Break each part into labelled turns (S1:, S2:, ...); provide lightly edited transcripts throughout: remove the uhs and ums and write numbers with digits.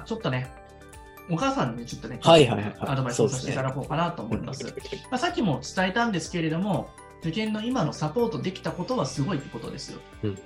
S1: ちょっとね、お母さんにね、ちょっとね、
S2: はいはいはい。
S1: アドバイスをさせていただこうかなと思います。さっきも伝えたんですけれども、受験の今のサポートできたことはすごいってことですよ。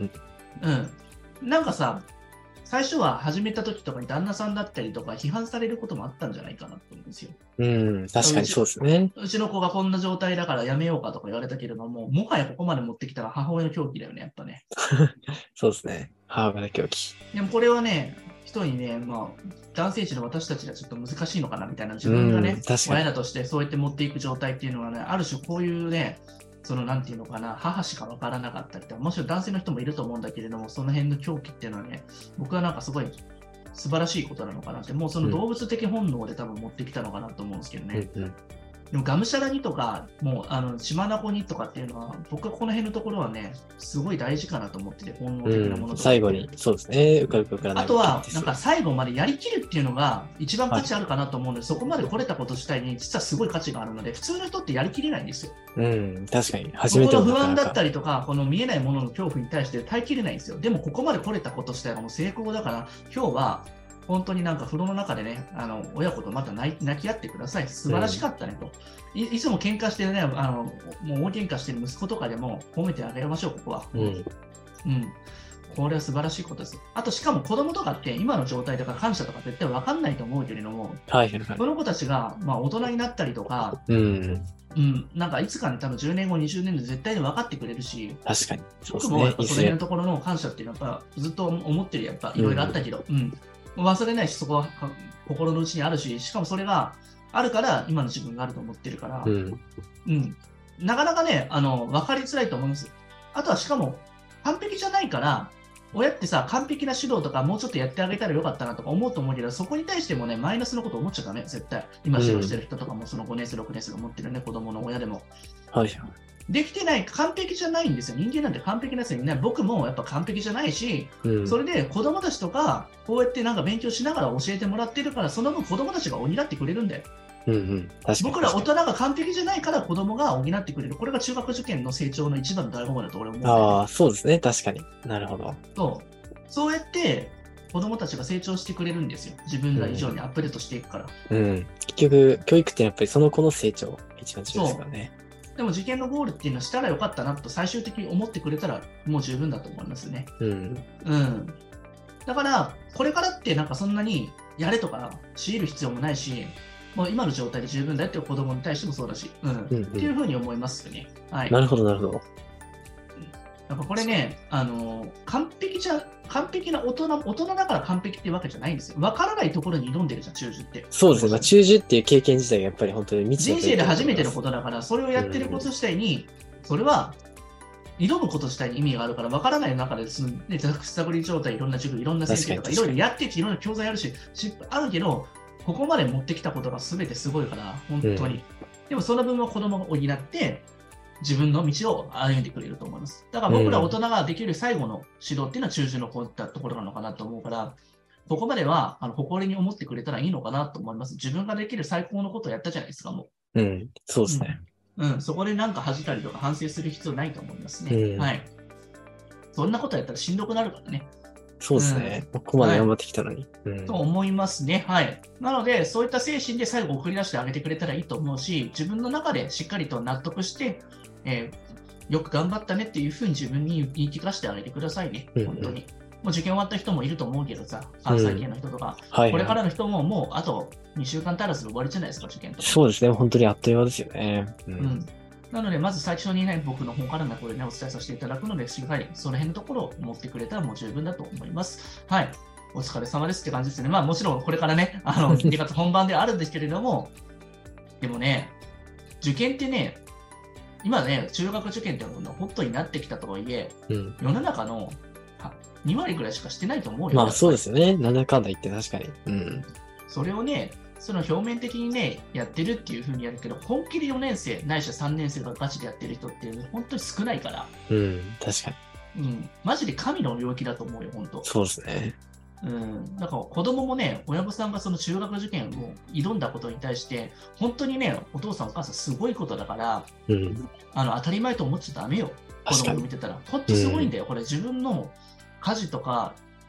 S1: なんかさ、最初は始めた時とかに旦那さんだったりとか批判されることもあったんじゃないかなと思うんですよ。
S2: 確かにそうですね。
S1: うちの子がこんな状態だからやめようかとか言われたけれども、もはやここまで持ってきたら母親の狂気だよね、やっぱね。
S2: そうですね。母親の狂気。
S1: でもこれはね、人にね、男性値の私たちがちょっと難しいのかなみたいな、自分がね、親だとしてそうやって持っていく状態っていうのはね、ある種こういうね、なんていうのかな、母しか分からなかったりとか、もちろん男性の人もいると思うんだけれども、その辺の狂気っていうのはね、僕はなんかすごい素晴らしいことなのかなって、もうその動物的本能で多分持ってきたのかなと思うんですけどね。でもがむしゃらにとか、もう血眼にとかっていうのは、僕はこの辺のところはね、すごい大事かなと思ってて、本能的なものとか。
S2: 最後に、そうですね。
S1: あとは、なんか最後までやりきるっていうのが一番価値あるかなと思うので、そこまで来れたこと自体に実はすごい価値があるので、普通の人ってやりきれないんですよ。
S2: 確かに。初めて
S1: この不安だったりとか、この見えないものの恐怖に対して耐えきれないんですよ。でもここまで来れたこと自体がもう成功だから、今日は、本当になんか風呂の中でね、親子とまた泣き合ってください。素晴らしかったねと。いつも喧嘩してね、もう大喧嘩してる息子とかでも褒めてあげましょう、ここは。これは素晴らしいことです。あと、しかも子供とかって今の状態とか感謝とか絶対分かんないと思うけれども、その子たちが大人になったりとか、なんかいつかね、多分10年後、20年で絶対に分かってくれるし、
S2: 確かに。
S1: 僕もやっぱその辺のところの感謝っていうのはやっぱずっと思ってる、やっぱいろいろあったけど、忘れないし、そこは心の内にあるし、しかもそれがあるから今の自分があると思ってるから、なかなかね、分かりづらいと思います。あとはしかも、完璧じゃないから、親ってさ、完璧な指導とかもうちょっとやってあげたらよかったなとか思うと思うけど、そこに対してもね、マイナスのこと思っちゃダメ、絶対。今指導してる人とかも、その5年生、6年生が持ってるね、子供の親でも。できてない、完璧じゃないんですよ。人間なんて完璧なやつにね、僕もやっぱ完璧じゃないし、それで子供たちとか、こうやってなんか勉強しながら教えてもらってるから、その分子供たちが補ってくれるんだよ。僕ら大人が完璧じゃないから子供が補ってくれる。これが中学受験の成長の一番の醍醐味だと俺は思う。
S2: そうですね。確かに。なるほど。
S1: そうやって子供たちが成長してくれるんですよ。自分ら以上にアップデートしていくから。
S2: 結局、教育ってやっぱりその子の成長が一番重要ですからね。
S1: でも受験のゴールっていうのはしたらよかったなと最終的に思ってくれたらもう十分だと思いますね。だから、これからってなんかそんなにやれとか強いる必要もないし、もう今の状態で十分だよっていう子供に対してもそうだし、っていうふうに思いますよね。
S2: なるほど、なるほど。
S1: なんかこれね、完璧な大人だから完璧っていうわけじゃないんですよ。分からないところに挑んでるじゃん、中受って。
S2: そうですね。中受っていう経験自体がやっぱり本当に未知
S1: 人生で初めてのことだから、それをやってること自体に、それは挑むこと自体に意味があるから、分からない中で、探り状態、いろんな授業、いろんな先生とか、いろいろやっていろんな教材あるし、あるけど、ここまで持ってきたことが全てすごいから、本当に。でもその分は子供が補って、自分の道を歩んでくれると思います。だから僕ら大人ができる最後の指導っていうのは中受のこういったところなのかなと思うから、ここまでは誇りに思ってくれたらいいのかなと思います。自分ができる最高のことをやったじゃないですか、も
S2: う。そうですね。
S1: そこでなんか恥じたりとか反省する必要ないと思いますね。そんなことやったらしんどくなるからね。
S2: そうですね。ここまで頑張ってきたのに。
S1: と思いますね。なので、そういった精神で最後送り出してあげてくれたらいいと思うし、自分の中でしっかりと納得して、よく頑張ったねっていうふうに自分に言い聞かせてあげてくださいね。本当に。もう受験終わった人もいると思うけどさ、関西圏の人とか、これからの人ももうあと2週間足らずで終わりじゃないですか、受験とか。
S2: そうですね。本当にあっという間ですよね。
S1: なので、まず最初にね、僕の方からこれね、お伝えさせていただくので、しっかりその辺のところを持ってくれたらもう十分だと思います。お疲れ様ですって感じですね。もちろんこれからね、2月本番ではあるんですけれども、でもね、受験ってね、今ね、中学受験ってホットになってきたとはいえ、世の中の2割ぐらいしかしてないと思うよ。
S2: そうですよね。なんだかんだ言って確かに。
S1: それをね、その表面的にね、やってるっていう風にやるけど、本気で4年生、ないしは3年生がガチでやってる人っていうのは本当に少ないから。
S2: 確か
S1: に。マジで神の領域だと思うよ、本当。
S2: そうですね。
S1: だから子供もね、親御さんがその中学受験を挑んだことに対して、本当にね、お父さんお母さんすごいことだから、当たり前と思っちゃダメよ。子供を見てたら。本当すごいんだよ。これ自分の家事とか、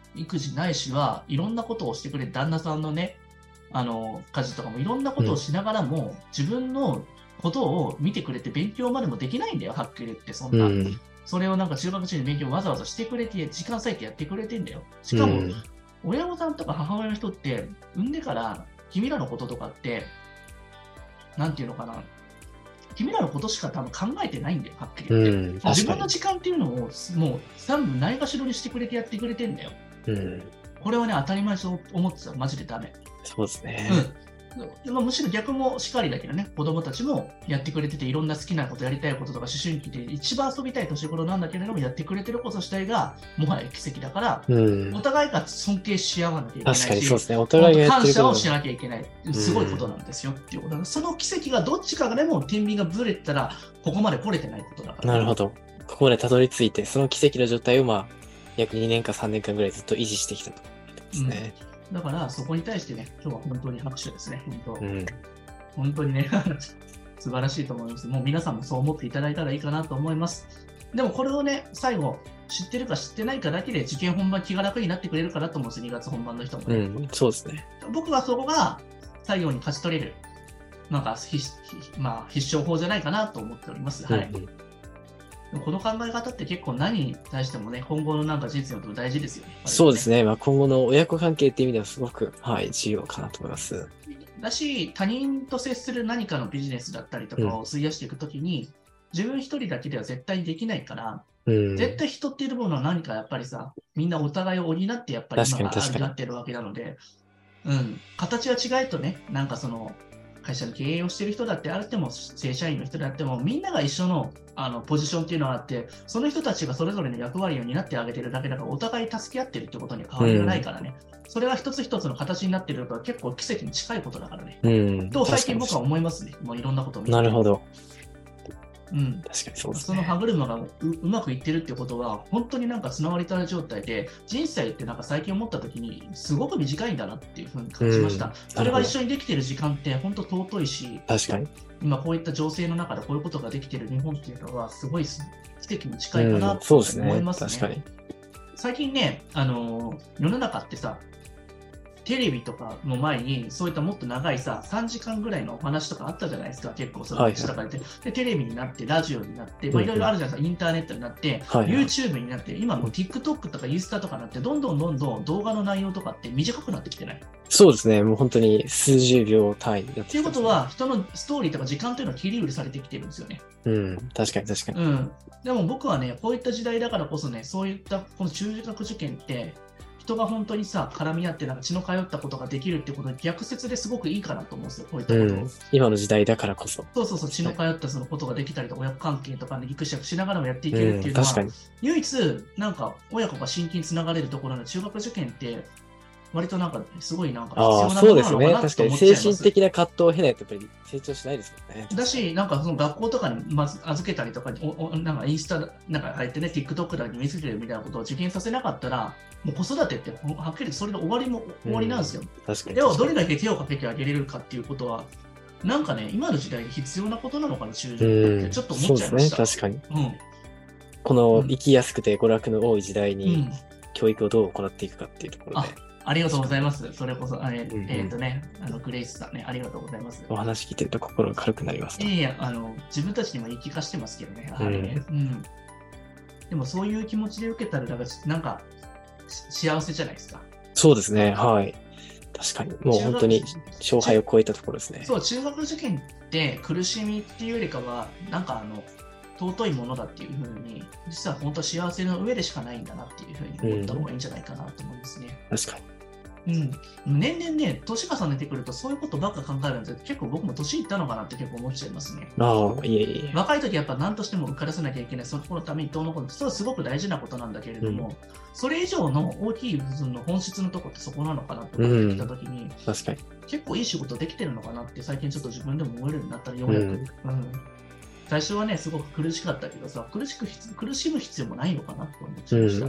S1: 育児ないしはいろんなことをしてくれる旦那さんのね、家事とかもいろんなことをしながらも、自分のことを見てくれて勉強までもできないんだよ、はっきり言って、そんな。それをなんか中学中に勉強わざわざしてくれて、時間割いてやってくれてんだよ。しかも、親御さんとか母親の人って、産んでから君らのこととかって、なんていうのかな、君らのことしか多分考えてないんだよ、はっきり言って。自分の時間っていうのを、もう、全部ないがしろにしてくれてやってくれてんだよ。これはね、当たり前と思ってたらマジでダメ。
S2: そうですね。
S1: むしろ逆もしかりだけどね、子供たちもやってくれてて、いろんな好きなこと、やりたいこととか、思春期で一番遊びたい年頃なんだけれども、やってくれてること自体が、もはや奇跡だから、お互いが尊敬し合わなきゃいけないし、
S2: 確かにそうですね。お互いがやってること
S1: 感謝をしなきゃいけない。すごいことなんですよっていうこと。その奇跡がどっちかがでも天秤がぶれてたら、ここまで来れてないことだから。
S2: なるほど。ここまでたどり着いて、その奇跡の状態を約2年か3年間ぐらいずっと維持してきたとですね。
S1: だから、そこに対してね、今日は本当に拍手ですね。本当にね、素晴らしいと思います。もう皆さんもそう思っていただいたらいいかなと思います。でもこれをね、最後、知ってるか知ってないかだけで受験本番気が楽になってくれるかなと思うんです、2月本番の人もね。
S2: そうですね。
S1: 僕はそこが最後に勝ち取れる、なんか必勝法じゃないかなと思っております。はい。この考え方って結構何に対してもね、今後のなんか人生のと大事ですよね。
S2: そうですね。今後の親子関係っていう意味ではすごく、重要かなと思います。
S1: だし、他人と接する何かのビジネスだったりとかを費やしていくときに、自分一人だけでは絶対にできないから、絶対人っているものは何かやっぱりさ、みんなお互いを補ってやっぱり今がなってるわけなので、形は違いとね、なんかその、会社の経営をしている人だってあっても、正社員の人であっても、みんなが一緒のポジションっていうのがあって、その人たちがそれぞれの役割を担ってあげてるだけだから、お互い助け合ってるってことには変わりがないからね。それが一つ一つの形になっていると結構奇跡に近いことだからね。と最近僕は思いますね。もういろんなことを見て。
S2: なるほど。
S1: 確かに
S2: そうですね。
S1: その歯車がうまくいってるってことは、本当になんかつながりたい状態で、人生ってなんか最近思ったときに、すごく短いんだなっていうふうに感じました。それが一緒にできてる時間って本当尊いし、
S2: 確かに。
S1: 今こういった情勢の中でこういうことができてる日本っていうのは、すごい奇跡に近いかなと思いますね。
S2: 確かに。
S1: 最近ね、世の中ってさ、テレビとかの前に、そういったもっと長いさ、3時間ぐらいのお話とかあったじゃないですか、結構その下からで、テレビになって、ラジオになって、いろいろあるじゃないですか、インターネットになって、YouTube になって、今もう TikTok とかインスタとかになって、どんどん動画の内容とかって短くなってきてない？
S2: そうですね、もう本当に数十秒単位になってきてますね。
S1: ということは、人のストーリーとか時間というのは切り売りされてきてるんですよね。
S2: 確かに。
S1: でも僕はね、こういった時代だからこそね、そういったこの中学受験って、人が本当にさ、絡み合ってなんか血の通ったことができるってことに逆説ですごくいいかなと思うんですよ、こういったことを。
S2: 今の時代だからこそ。
S1: そう、血の通ったそのことができたりとか、親子関係とかね、ギクシャクしながらもやっていけるっていうのは、唯一、なんか親子が親近につながれるところの中学受験って、割となんかすごいなんか必要なものなのかなと思っちゃいます。
S2: そうですね。確かに精神的な葛藤を経ないとやっぱり成長しないですもんね。
S1: だし、なんかその学校とかにまず預けたりとかなんかインスタなんか入ってね、TikTok とかに見せてるみたいなことを受験させなかったら、もう子育てってはっきりそれで終わりなんですよ。
S2: 確かに。
S1: でもどれだけ手をかけてあげれるかっていうことは、なんかね、今の時代に必要なことなのかな、中学ってちょっと思っちゃいました。
S2: そうですね、確かに。この生きやすくて娯楽の多い時代に、教育をどう行っていくかっていうところで。
S1: ありがとうございます。それこそ、グレイスさんね、ありがとうございます。
S2: お話聞いてると心が軽くなります。
S1: 自分たちにも言い聞かせてますけどね。でもそういう気持ちで受けたら、なんか幸せじゃないですか。
S2: そうですね。はい。確かに。もう本当に勝敗を超えたところですね。
S1: そう、中学受験って苦しみっていうよりかは、なんか尊いものだっていうふうに、実は本当幸せの上でしかないんだなっていうふうに思った方がいいんじゃないかなと思いますね。
S2: 確かに。
S1: 年々ね、年重ねてくるとそういうことばっか考えるんですけど、結構僕も年いったのかなって結構思っちゃいますね。
S2: いえ。
S1: 若い時やっぱ何としても受からせなきゃいけない、そのためにどうのこうの、それはすごく大事なことなんだけれども、それ以上の大きい部分の本質のところってそこなのかなって思ってきた時に、
S2: 確かに。
S1: 結構いい仕事できてるのかなって最近ちょっと自分でも思えるようになったらようやく。最初はね、すごく苦しかったけどさ、苦しむ必要もないのかなって思っちゃいました。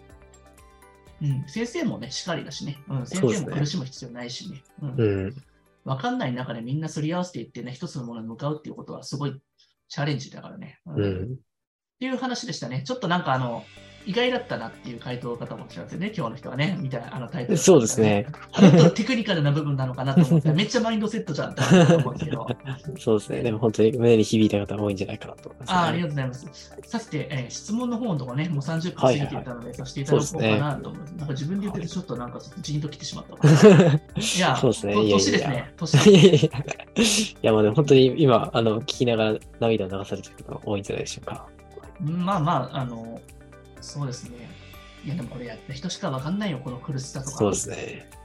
S1: 先生もね、しかりだしね、先生も苦しむ必要ないしね。わかんない中でみんなすり合わせていってね、一つのものに向かうっていうことはすごいチャレンジだからね。っていう話でしたね。ちょっとなんか意外だったなっていう回答方もしますよね、今日の人はね、みたいなタイトル、
S2: そうですね。
S1: もっとテクニカルな部分なのかなと思って、めっちゃマインドセットじゃんって思うんですけど。
S2: そうですね。でも本当に胸に響いた方も多いんじゃないかなと思います、ね。
S1: ありがとうございます。さて、質問の方のとこね、もう30分過ぎていたので、させていただこうかなと思います。なんか自分で言っててちょっとなんかジーンと来てしまったかな。いや、
S2: そうですね。
S1: 年ですね。
S2: いや、まあでも本当に今、聞きながら涙を流されてる方が多いんじゃないでしょうか。
S1: まあまあ、そうですね。いや、でもこれやった人しかわかんないよ、この苦しさとか。
S2: そうですね。